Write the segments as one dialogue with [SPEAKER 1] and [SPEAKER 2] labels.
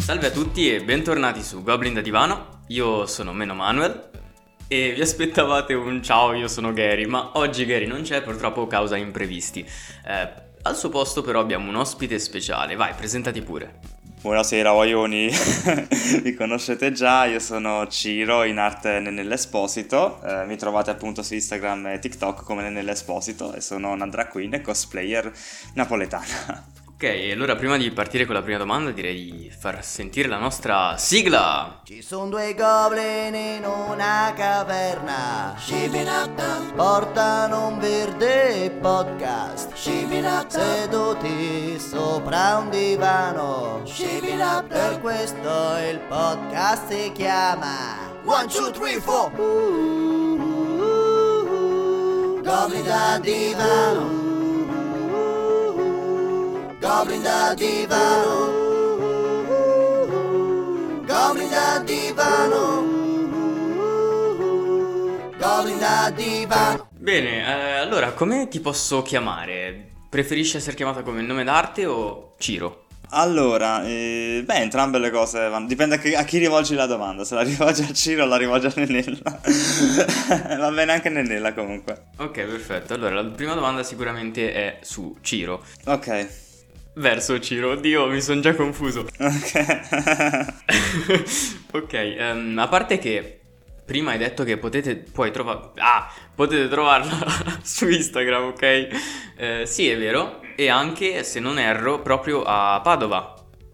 [SPEAKER 1] Salve a tutti e bentornati su Goblin da Divano, io sono Meno Manuel e vi aspettavate un ciao, io sono Gary, ma oggi Gary non c'è purtroppo causa imprevisti. Al suo posto però abbiamo un ospite speciale, vai, presentati pure.
[SPEAKER 2] Buonasera guaioni, mi conoscete già, io sono Ciro, in arte Nennell'Esposito, mi trovate appunto su Instagram e TikTok come Nennell'Esposito e sono una drag queen e cosplayer napoletana.
[SPEAKER 1] Ok, allora prima di partire con la prima domanda direi di far sentire la nostra sigla.
[SPEAKER 3] Ci sono due goblin in una caverna, portano un verde podcast, seduti sopra un divano, per questo il podcast si chiama 1, 2, 3, 4 Goblin da Divano, Goblin da Divano, Goblin da Divano, Goblin da Divano.
[SPEAKER 1] Bene, allora come ti posso chiamare? Preferisci essere chiamata come nome d'arte o Ciro?
[SPEAKER 2] Allora, entrambe le cose vanno, dipende a chi rivolgi la domanda, se la rivolgi a Ciro o la rivolgi a Nennella. Va bene anche Nennella comunque.
[SPEAKER 1] Ok, perfetto, allora la prima domanda sicuramente è su Ciro.
[SPEAKER 2] Ok.
[SPEAKER 1] Verso Ciro, oddio, mi sono già confuso.
[SPEAKER 2] Ok.
[SPEAKER 1] Ok, a parte che prima hai detto che potete trovarla su Instagram, ok? Sì, è vero. E anche, se non erro, proprio a Padova.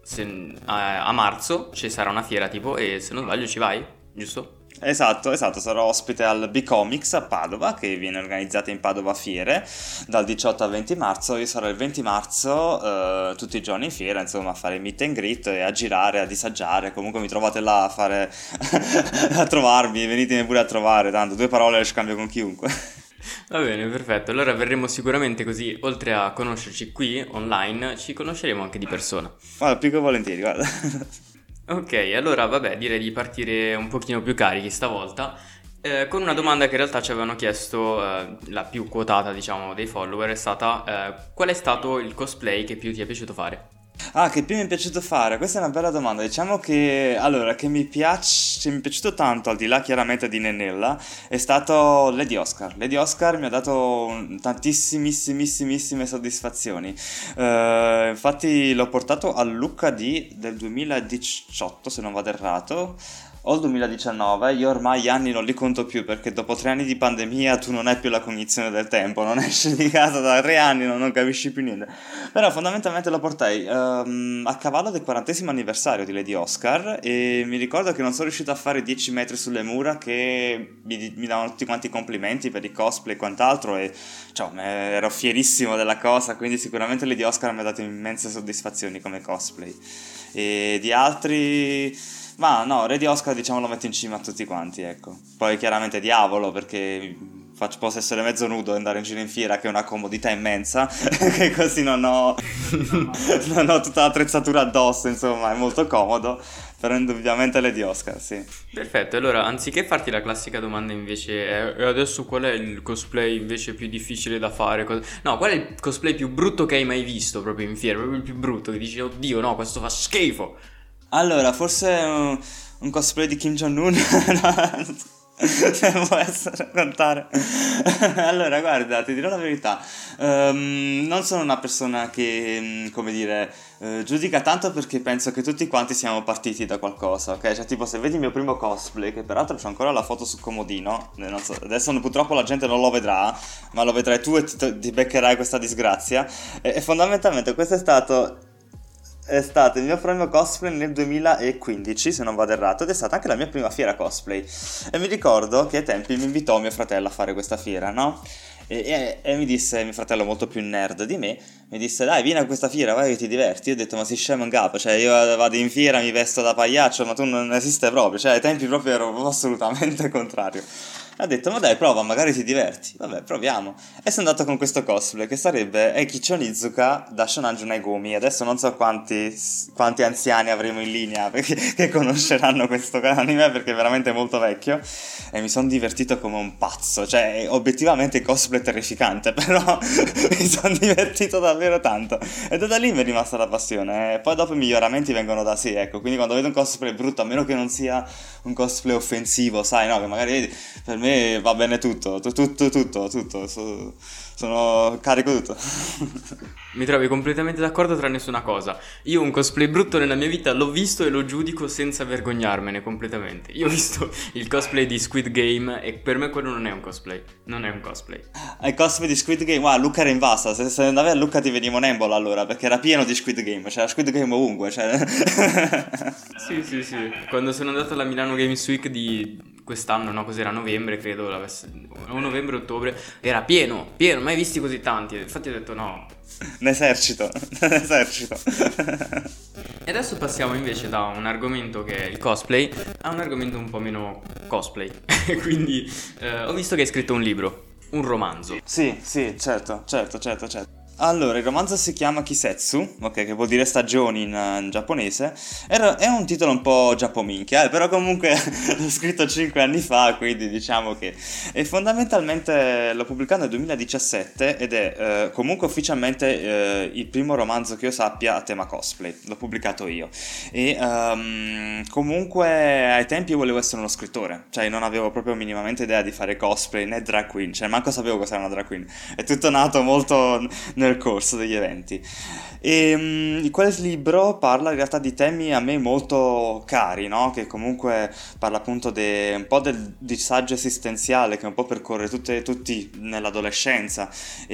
[SPEAKER 1] A marzo ci sarà una fiera tipo e se non sbaglio ci vai, giusto?
[SPEAKER 2] Esatto, sarò ospite al B-Comics a Padova, che viene organizzata in Padova Fiere dal 18 al 20 marzo. Io sarò il 20 marzo tutti i giorni in fiera, insomma, a fare meet and greet e a girare, a disagiare. Comunque mi trovate là a fare a trovarmi, venitemi pure a trovare, tanto 2 parole le scambio con chiunque.
[SPEAKER 1] Va bene, perfetto, allora verremo sicuramente così, oltre a conoscerci qui online, ci conosceremo anche di persona.
[SPEAKER 2] Guarda, più che volentieri, guarda.
[SPEAKER 1] Ok, allora vabbè, direi di partire un pochino più carichi stavolta con una domanda che in realtà ci avevano chiesto, la più quotata diciamo dei follower, è stata qual è stato il cosplay che più ti è piaciuto fare?
[SPEAKER 2] Ah, che più mi è piaciuto fare? Questa è una bella domanda. Diciamo che, allora, che mi mi è piaciuto tanto, al di là chiaramente di Nennella, è stato Lady Oscar. Lady Oscar mi ha dato tantissimissimissime soddisfazioni. Infatti l'ho portato al Lucca del 2018, se non vado errato, o il 2019. Io ormai gli anni non li conto più, perché dopo 3 anni di pandemia tu non hai più la cognizione del tempo, non esci di casa da 3 anni, non capisci più niente. Però fondamentalmente lo portai a cavallo del 40° anniversario di Lady Oscar e mi ricordo che non sono riuscito a fare 10 metri sulle mura, che mi davano tutti quanti i complimenti per i cosplay e quant'altro, e cioè, ero fierissimo della cosa, quindi sicuramente Lady Oscar mi ha dato immense soddisfazioni come cosplay. E di altri... Ma no, Lady Oscar diciamo lo metto in cima a tutti quanti, ecco. Poi chiaramente Diavolo, perché posso essere mezzo nudo e andare in giro in fiera, che è una comodità immensa, che così non ho tutta l'attrezzatura addosso, insomma, è molto comodo. Però indubbiamente Lady Oscar, sì.
[SPEAKER 1] Perfetto, allora anziché farti la classica domanda invece, e adesso qual è il cosplay invece più difficile da fare? No, qual è il cosplay più brutto che hai mai visto proprio in fiera? Proprio il più brutto, che dici, oddio no, questo fa schifo.
[SPEAKER 2] Allora, forse un cosplay di Kim Jong-un? Può essere, contare. Allora, guarda, ti dirò la verità. Non sono una persona che, come dire, giudica tanto, perché penso che tutti quanti siamo partiti da qualcosa, ok? Cioè, tipo, se vedi il mio primo cosplay, che peraltro c'ho ancora la foto sul comodino, non so, adesso purtroppo la gente non lo vedrà, ma lo vedrai tu e ti beccherai questa disgrazia. E fondamentalmente questo è stato il mio primo cosplay nel 2015, se non vado errato, ed è stata anche la mia prima fiera cosplay. E mi ricordo che ai tempi mi invitò mio fratello a fare questa fiera, no? E mi disse, mio fratello molto più nerd di me, mi disse: dai, vieni a questa fiera, vai che ti diverti. Io ho detto: ma si scemo in capo, cioè io vado in fiera, mi vesto da pagliaccio, ma tu non esiste proprio. Cioè ai tempi proprio ero assolutamente contrario. Ha detto, ma dai, prova, magari ti diverti. Vabbè, proviamo. E sono andato con questo cosplay, che sarebbe Eikichi Onizuka da Shonanju Nagomi. Adesso non so quanti anziani avremo in linea che conosceranno questo anime, perché è veramente molto vecchio. E mi sono divertito come un pazzo. Cioè, obiettivamente il cosplay è terrificante, però mi sono divertito davvero tanto. E da lì mi è rimasta la passione. E poi dopo i miglioramenti vengono da sé, ecco. Quindi quando vedo un cosplay brutto, a meno che non sia un cosplay offensivo, sai, no, che magari per me va bene tutto, sono carico tutto.
[SPEAKER 1] Mi trovi completamente d'accordo tranne su una cosa. Io un cosplay brutto nella mia vita l'ho visto e lo giudico senza vergognarmene completamente. Io ho visto il cosplay di Squid Game e per me quello non è un cosplay. Non è un cosplay.
[SPEAKER 2] Il cosplay di Squid Game, wow, Luca era in vasta. Se andavi a Luca ti venivo un embolo allora, perché era pieno di Squid Game. C'era Squid Game ovunque, cioè.
[SPEAKER 1] Sì. Quando sono andato alla Milano Games Week di quest'anno, no, cos'era, novembre credo, o novembre-ottobre, era pieno, mai visti così tanti. Infatti ho detto no.
[SPEAKER 2] Ne esercito.
[SPEAKER 1] E adesso passiamo invece da un argomento che è il cosplay a un argomento un po' meno cosplay. Quindi ho visto che hai scritto un libro, un romanzo.
[SPEAKER 2] Sì, certo. Allora, il romanzo si chiama Kisetsu, ok, che vuol dire stagioni in giapponese. È un titolo un po' giappominchia, però comunque l'ho scritto 5 anni fa, quindi diciamo che... E fondamentalmente l'ho pubblicato nel 2017 ed è comunque ufficialmente il primo romanzo che io sappia a tema cosplay. L'ho pubblicato io. E comunque ai tempi io volevo essere uno scrittore, cioè non avevo proprio minimamente idea di fare cosplay né drag queen, cioè manco sapevo cos'era una drag queen. È tutto nato molto nel corso degli eventi. E quel libro parla in realtà di temi a me molto cari, no? Che comunque parla appunto un po' del disagio esistenziale che un po' percorre tutti nell'adolescenza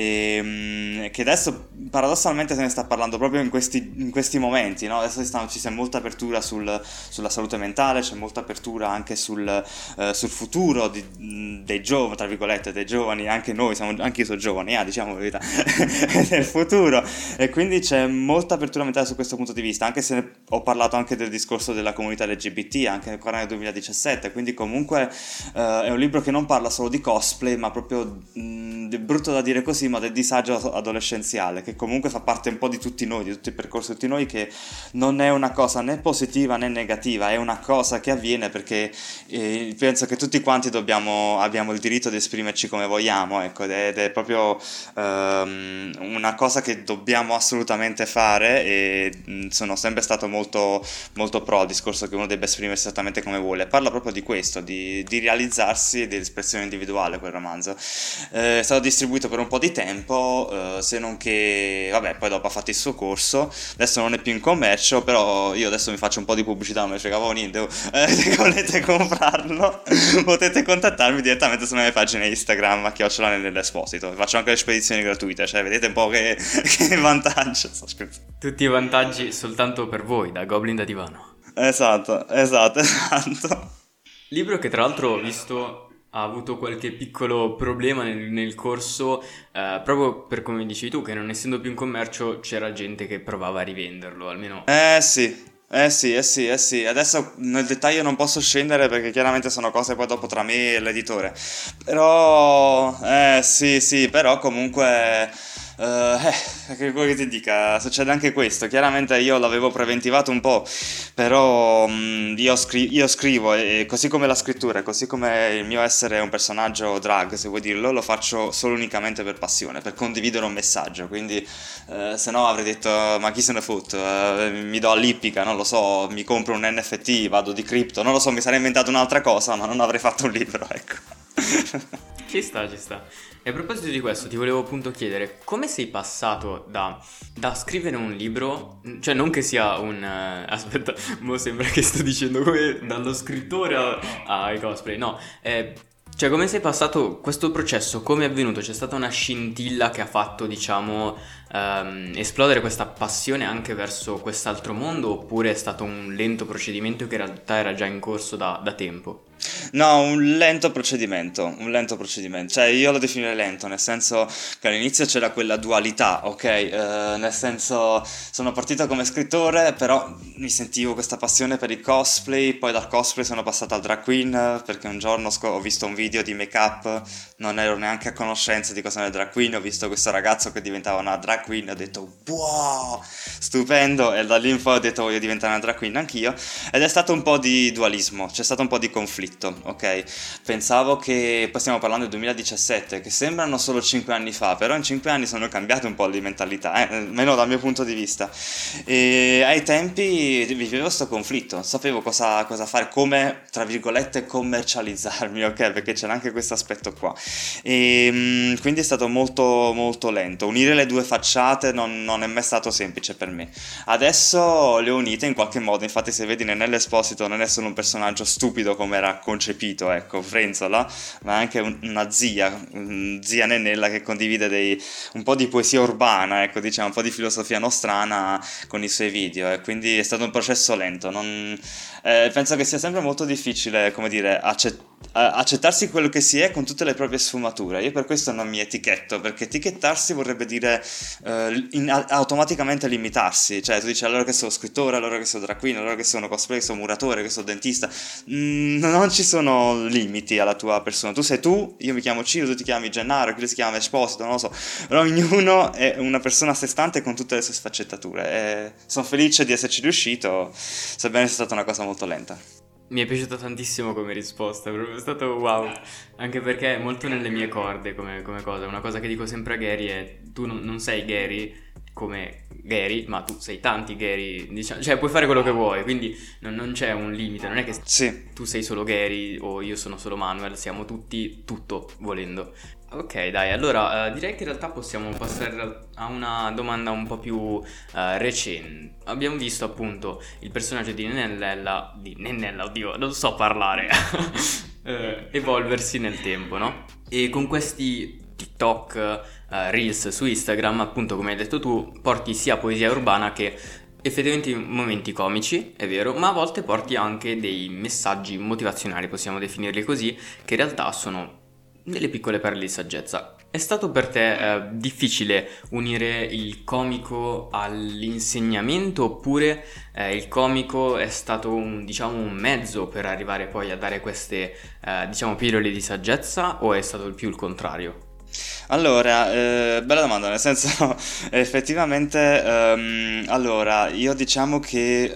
[SPEAKER 2] e che adesso paradossalmente se ne sta parlando proprio in questi momenti, no? Adesso ci sia molta apertura sulla salute mentale, c'è molta apertura anche sul futuro dei giovani, tra virgolette, dei giovani, anche noi, anche io sono giovane, diciamo la verità, del futuro, e quindi c'è molta apertura mentale su questo punto di vista, anche se ho parlato anche del discorso della comunità LGBT anche ancora nel 2017, quindi comunque è un libro che non parla solo di cosplay, ma proprio brutto da dire così, ma del disagio adolescenziale, che comunque fa parte un po' di tutti noi, di tutto il percorso di tutti noi, che non è una cosa né positiva né negativa, è una cosa che avviene perché penso che tutti quanti abbiamo il diritto di esprimerci come vogliamo, ecco, ed è proprio una cosa che dobbiamo assolutamente fare, e sono sempre stato molto, molto pro al discorso che uno debba esprimersi esattamente come vuole. Parla proprio di questo, di realizzarsi e di espressione individuale quel romanzo. È stato distribuito per un po' di tempo, se non che, vabbè, poi dopo ha fatto il suo corso, adesso non è più in commercio, però io adesso mi faccio un po' di pubblicità, non me ne fregavo niente, se volete comprarlo potete contattarmi direttamente sulle mie pagine Instagram a @nell'esposito, faccio anche le spedizioni gratuite, cioè vedete un po' che vantaggio, sto scherzando.
[SPEAKER 1] Tutti i vantaggi soltanto per voi, da Goblin da Divano.
[SPEAKER 2] Esatto.
[SPEAKER 1] Libro che tra l'altro ho visto ha avuto qualche piccolo problema nel corso, proprio per come dicevi tu, che non essendo più in commercio c'era gente che provava a rivenderlo, almeno...
[SPEAKER 2] Sì. Adesso nel dettaglio non posso scendere perché chiaramente sono cose poi dopo tra me e l'editore. Però sì, però comunque che vuoi che ti dica, succede anche questo. Chiaramente io l'avevo preventivato un po', però io scrivo, e così come la scrittura, così come il mio essere un personaggio drag, se vuoi dirlo, lo faccio solo unicamente per passione, per condividere un messaggio. Quindi se no avrei detto ma chi se ne fotte, mi do all'ippica, non lo so, mi compro un NFT, vado di cripto, non lo so, mi sarei inventato un'altra cosa, ma non avrei fatto un libro, ecco.
[SPEAKER 1] Ci sta. E a proposito di questo ti volevo appunto chiedere come sei passato da scrivere un libro, cioè non che sia un... aspetta, mo sembra che sto dicendo come dallo scrittore ai cosplay, no, cioè come sei passato questo processo, come è avvenuto? C'è stata una scintilla che ha fatto, diciamo, esplodere questa passione anche verso quest'altro mondo, oppure è stato un lento procedimento che in realtà era già in corso da tempo?
[SPEAKER 2] No, un lento procedimento, cioè io lo definirei lento, nel senso che all'inizio c'era quella dualità, ok? Nel senso sono partito come scrittore, però mi sentivo questa passione per il cosplay, poi dal cosplay sono passato al drag queen, perché un giorno ho visto un video di make-up, non ero neanche a conoscenza di cosa era il drag queen, ho visto questo ragazzo che diventava una drag queen, ho detto wow, stupendo, e da lì in poi ho detto voglio diventare una drag queen anch'io, ed è stato un po' di dualismo, c'è stato un po' di conflitto. Ok, pensavo che, poi stiamo parlando del 2017, che sembrano solo 5 anni fa, però in 5 anni sono cambiate un po' di mentalità, almeno dal mio punto di vista, e ai tempi vivevo questo conflitto, sapevo cosa fare, come, tra virgolette, commercializzarmi, ok, perché c'era anche questo aspetto qua, e quindi è stato molto molto lento, unire le due facciate non è mai stato semplice per me. Adesso le ho unite in qualche modo, infatti se vedi Nennella Esposito non è solo un personaggio stupido come era concepito, ecco, Frenzola, ma anche una zia Nennella che condivide un po' di poesia urbana, ecco, diciamo, un po' di filosofia nostrana con i suoi video, e quindi è stato un processo lento. Penso che sia sempre molto difficile, come dire, accettarsi quello che si è con tutte le proprie sfumature. Io per questo non mi etichetto, perché etichettarsi vorrebbe dire automaticamente limitarsi, cioè tu dici allora che sono scrittore, allora che sono drag queen, allora che sono cosplay, che sono muratore, che sono dentista. Non ci sono limiti alla tua persona, tu sei tu, io mi chiamo Ciro, tu ti chiami Gennaro, chi si chiama Esposito, non lo so, però ognuno è una persona a sé stante con tutte le sue sfaccettature, e sono felice di esserci riuscito, sebbene sia stata una cosa molto lenta.
[SPEAKER 1] Mi è piaciuto tantissimo come risposta, è proprio stato wow, anche perché è molto nelle mie corde come cosa. Una cosa che dico sempre a Gary è: tu non sei Gary come Gary, ma tu sei tanti Gary, diciamo, cioè puoi fare quello che vuoi, quindi non c'è un limite, non è che
[SPEAKER 2] Sì.
[SPEAKER 1] tu sei solo Gary o io sono solo Manuel, siamo tutti tutto volendo. Ok, dai, allora direi che in realtà possiamo passare a una domanda un po' più recente. Abbiamo visto appunto il personaggio di Nennella, oddio, non so parlare, evolversi nel tempo, no? E con questi TikTok, Reels su Instagram, appunto come hai detto tu, porti sia poesia urbana che effettivamente momenti comici, è vero, ma a volte porti anche dei messaggi motivazionali, possiamo definirli così, che in realtà sono delle piccole perle di saggezza. È stato per te difficile unire il comico all'insegnamento, oppure il comico è stato un mezzo per arrivare poi a dare queste pillole di saggezza, o è stato più il contrario?
[SPEAKER 2] Allora, bella domanda, nel senso, effettivamente, allora, io diciamo che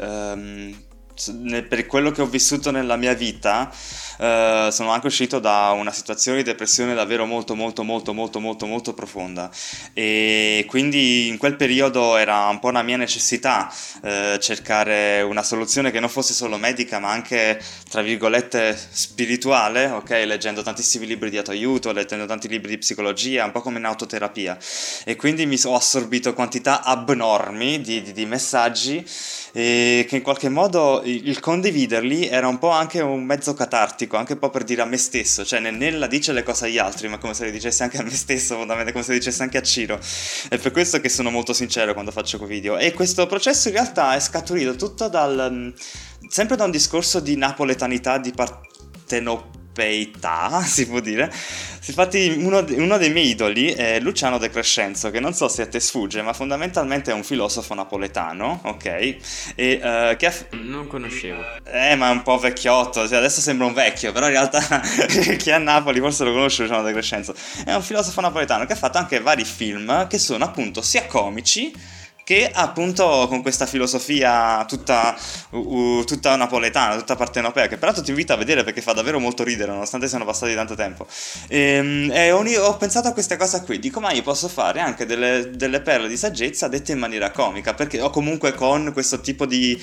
[SPEAKER 2] per quello che ho vissuto nella mia vita, sono anche uscito da una situazione di depressione davvero molto molto molto molto molto molto profonda, e quindi in quel periodo era un po' una mia necessità cercare una soluzione che non fosse solo medica, ma anche, tra virgolette, spirituale, ok? Leggendo tantissimi libri di autoaiuto, leggendo tanti libri di psicologia, un po' come in autoterapia, e quindi ho assorbito quantità abnormi di messaggi, e che in qualche modo il condividerli era un po' anche un mezzo catartico, anche un po' per dire a me stesso, cioè Nennella dice le cose agli altri, ma come se le dicesse anche a me stesso, fondamentalmente, come se le dicesse anche a Ciro. È per questo che sono molto sincero quando faccio quei video, e questo processo in realtà è scaturito tutto sempre da un discorso di napoletanità, di partenopeità, si può dire. Infatti uno dei miei idoli è Luciano De Crescenzo, che non so se a te sfugge, ma fondamentalmente è un filosofo napoletano, ok? E
[SPEAKER 1] non conoscevo.
[SPEAKER 2] Ma è un po' vecchiotto, cioè adesso sembra un vecchio, però in realtà chi è a Napoli forse lo conosce Luciano De Crescenzo. È un filosofo napoletano che ha fatto anche vari film che sono appunto sia comici che appunto con questa filosofia tutta napoletana, tutta partenopea, che peraltro ti invito a vedere perché fa davvero molto ridere nonostante siano passati tanto tempo, e ho pensato a questa cosa qui, dico ma io posso fare anche delle perle di saggezza dette in maniera comica, perché o comunque con questo tipo di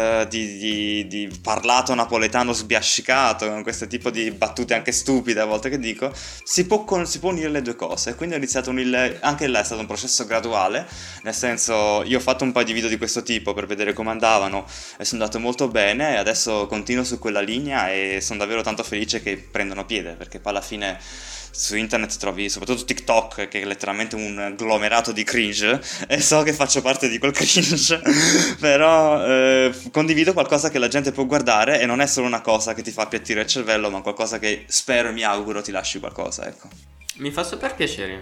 [SPEAKER 2] parlato napoletano sbiascicato, con questo tipo di battute anche stupide a volte che dico, si può unire le due cose, quindi ho iniziato a unirle. Anche là è stato un processo graduale, nel senso, io ho fatto un paio di video di questo tipo per vedere come andavano e sono andato molto bene, e adesso continuo su quella linea e sono davvero tanto felice che prendono piede, perché poi alla fine su internet trovi soprattutto TikTok, che è letteralmente un agglomerato di cringe, e so che faccio parte di quel cringe, però condivido qualcosa che la gente può guardare e non è solo una cosa che ti fa appiattire il cervello, ma qualcosa che spero e mi auguro ti lasci qualcosa, ecco.
[SPEAKER 1] Mi fa super piacere,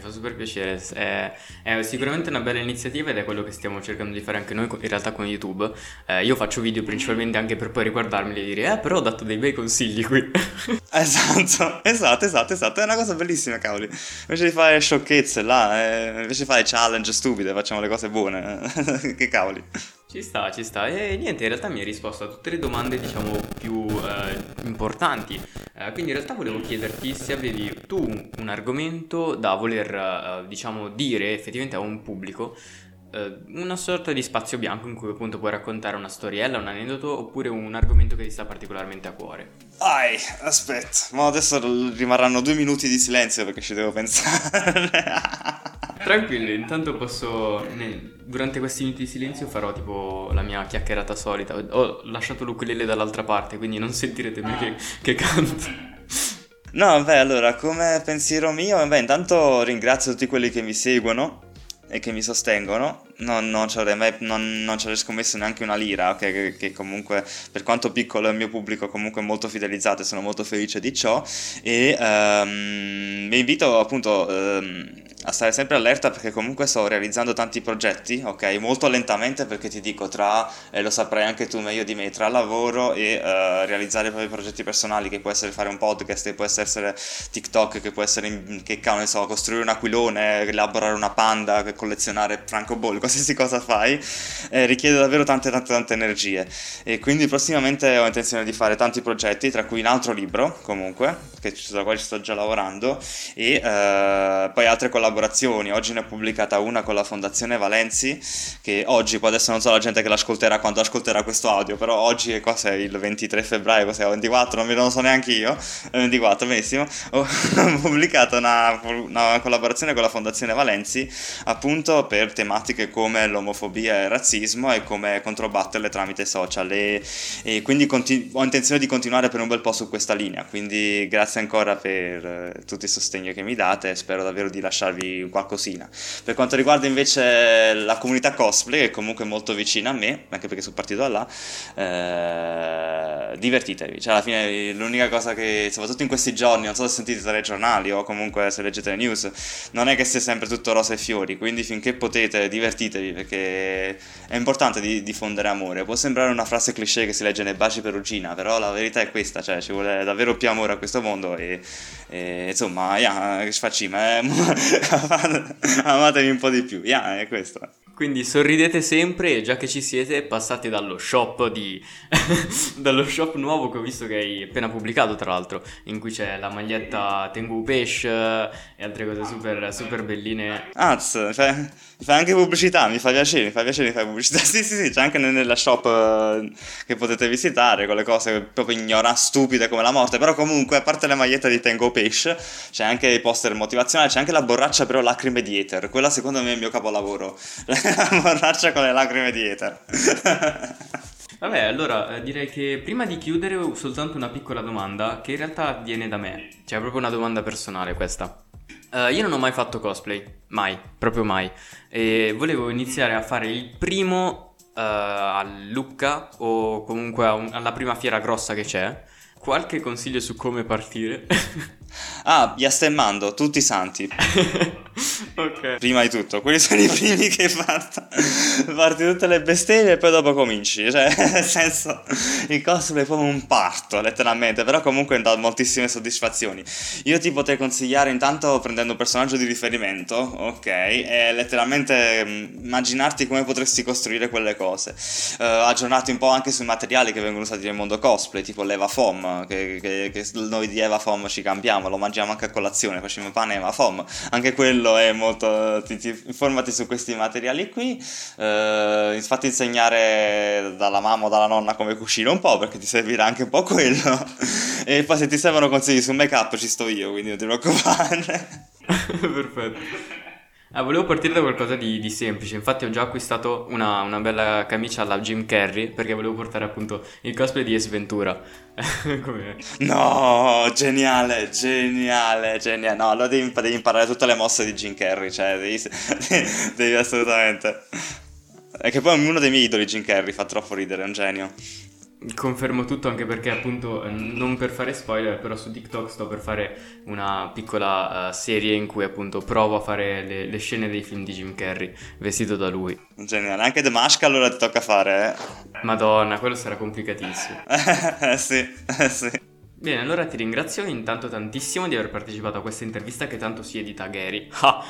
[SPEAKER 1] è sicuramente una bella iniziativa ed è quello che stiamo cercando di fare anche noi in realtà con YouTube. Io faccio video principalmente anche per poi riguardarmeli e dire però ho dato dei bei consigli qui.
[SPEAKER 2] Esatto, è una cosa bellissima, cavoli. Invece di fare sciocchezze là, invece di fare challenge stupide, facciamo le cose buone. Che cavoli.
[SPEAKER 1] Ci sta e niente, in realtà mi hai risposto a tutte le domande diciamo più importanti, quindi in realtà volevo chiederti se avevi tu un argomento da voler diciamo dire effettivamente a un pubblico, una sorta di spazio bianco in cui appunto puoi raccontare una storiella, un aneddoto oppure un argomento che ti sta particolarmente a cuore.
[SPEAKER 2] Aspetta, ma adesso rimarranno 2 minuti di silenzio perché ci devo pensare.
[SPEAKER 1] Tranquillo, intanto durante questi minuti di silenzio farò tipo la mia chiacchierata solita. Ho lasciato l'ukulele dall'altra parte, quindi non sentirete me che canto.
[SPEAKER 2] No, allora, come pensiero mio, intanto ringrazio tutti quelli che mi seguono e che mi sostengono. Non ci avrei scommesso neanche una lira, che comunque, per quanto piccolo è il mio pubblico, comunque è molto fidelizzato e sono molto felice di ciò. E vi invito appunto a stare sempre allerta, perché comunque sto realizzando tanti progetti, ok? Molto lentamente, perché ti dico, lo saprai anche tu meglio di me, tra lavoro e realizzare i propri progetti personali, che può essere fare un podcast, che può essere TikTok, che può essere, che cavolo ne so, costruire un aquilone, elaborare una panda, collezionare francobolli, qualsiasi cosa fai, richiede davvero tante energie. E quindi prossimamente ho intenzione di fare tanti progetti, tra cui un altro libro, comunque, sulla quale ci sto già lavorando, e poi altre collaborazioni. Oggi ne ho pubblicata una con la Fondazione Valenzi, che oggi, poi adesso non so la gente che l'ascolterà quando ascolterà questo audio, però oggi cos'è, il 23 febbraio, cos'è, 24, non lo so neanche io, 24, benissimo, ho pubblicato una collaborazione con la Fondazione Valenzi, appunto per tematiche come l'omofobia e il razzismo e come controbatterle tramite social, e quindi ho intenzione di continuare per un bel po' su questa linea, quindi grazie ancora per tutto il sostegno che mi date, spero davvero di lasciarvi qualcosina. Per quanto riguarda invece la comunità cosplay, che è comunque molto vicina a me, anche perché sono partito da là, divertitevi, cioè alla fine l'unica cosa che, soprattutto in questi giorni, non so se sentite dai giornali o comunque se leggete le news, non è che sia sempre tutto rosa e fiori, quindi finché potete divertitevi, perché è importante diffondere amore. Può sembrare una frase cliché che si legge nei Baci Perugina, però la verità è questa, cioè ci vuole davvero più amore a questo mondo e insomma, che ci facciamo, amatevi un po' di più, è questo.
[SPEAKER 1] Quindi sorridete sempre e già che ci siete passate dallo shop dallo shop nuovo che ho visto che hai appena pubblicato, tra l'altro, in cui c'è la maglietta Tengu Pesh e altre cose super belline.
[SPEAKER 2] Fai anche pubblicità, mi fa piacere di fare pubblicità. Sì, c'è anche nella shop che potete visitare, con le cose proprio stupide come la morte, però comunque, a parte la maglietta di Tengu Pesh, c'è anche i poster motivazionali, c'è anche la borraccia però lacrime di Ether, quella secondo me è il mio capolavoro. La borraccia con le lacrime di Ether.
[SPEAKER 1] Vabbè, allora direi che prima di chiudere ho soltanto una piccola domanda che in realtà viene da me, cioè è proprio una domanda personale questa. Io non ho mai fatto cosplay, mai, proprio mai, e volevo iniziare a fare il primo a Lucca o comunque alla prima fiera grossa che c'è. Qualche consiglio su come partire?
[SPEAKER 2] Biastemmando, tutti santi.
[SPEAKER 1] Ok.
[SPEAKER 2] Prima di tutto, quelli sono i primi che parti tutte le bestemmie e poi dopo cominci, cioè nel senso, il cosplay è proprio un parto letteralmente, però comunque dà moltissime soddisfazioni. Io ti potrei consigliare, intanto, prendendo un personaggio di riferimento, ok, e letteralmente immaginarti come potresti costruire quelle cose, aggiornarti un po' anche sui materiali che vengono usati nel mondo cosplay, tipo l'Eva Foam, che noi di Eva Foam ci cambiamo, lo mangiamo anche a colazione, facciamo pane Eva Foam, anche quello è molto, informati su questi materiali qui, infatti insegnare dalla mamma o dalla nonna come cucire un po', perché ti servirà anche un po' quello, e poi se ti servono consigli sul make up ci sto io, quindi non ti preoccupare.
[SPEAKER 1] Perfetto. Volevo partire da qualcosa di semplice, infatti ho già acquistato una bella camicia alla Jim Carrey perché volevo portare appunto il cosplay di Ace Ventura. Come...
[SPEAKER 2] No, geniale, geniale, geniale. No, allora devi imparare tutte le mosse di Jim Carrey, cioè devi assolutamente. È che poi è uno dei miei idoli, Jim Carrey, fa troppo ridere, è un genio.
[SPEAKER 1] Confermo tutto, anche perché appunto, non per fare spoiler, però su TikTok sto per fare una piccola serie in cui appunto provo a fare le scene dei film di Jim Carrey vestito da lui.
[SPEAKER 2] Geniale, anche The Mask allora ti tocca fare,
[SPEAKER 1] Madonna, quello sarà complicatissimo.
[SPEAKER 2] Sì, sì.
[SPEAKER 1] Bene, allora ti ringrazio intanto tantissimo di aver partecipato a questa intervista che tanto si edita a Gary. Ah!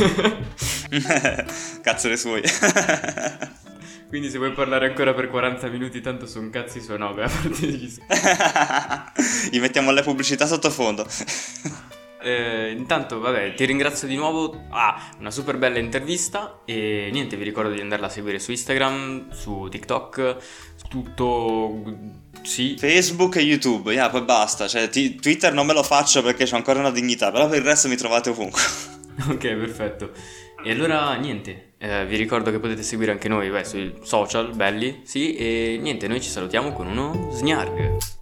[SPEAKER 2] Cazzo dei suoi.
[SPEAKER 1] Quindi se vuoi parlare ancora per 40 minuti tanto sono cazzi suoi, no, beh, a parte gli
[SPEAKER 2] Gli mettiamo le pubblicità sottofondo.
[SPEAKER 1] Intanto, vabbè, ti ringrazio di nuovo. Una super bella intervista. E niente, vi ricordo di andarla a seguire su Instagram, su TikTok, tutto. Sì.
[SPEAKER 2] Facebook e YouTube, poi basta. Cioè, Twitter non me lo faccio perché c'ho ancora una dignità, però per il resto mi trovate ovunque.
[SPEAKER 1] Ok, perfetto. E allora niente, vi ricordo che potete seguire anche noi sui social belli, sì, e niente, noi ci salutiamo con uno Snarg.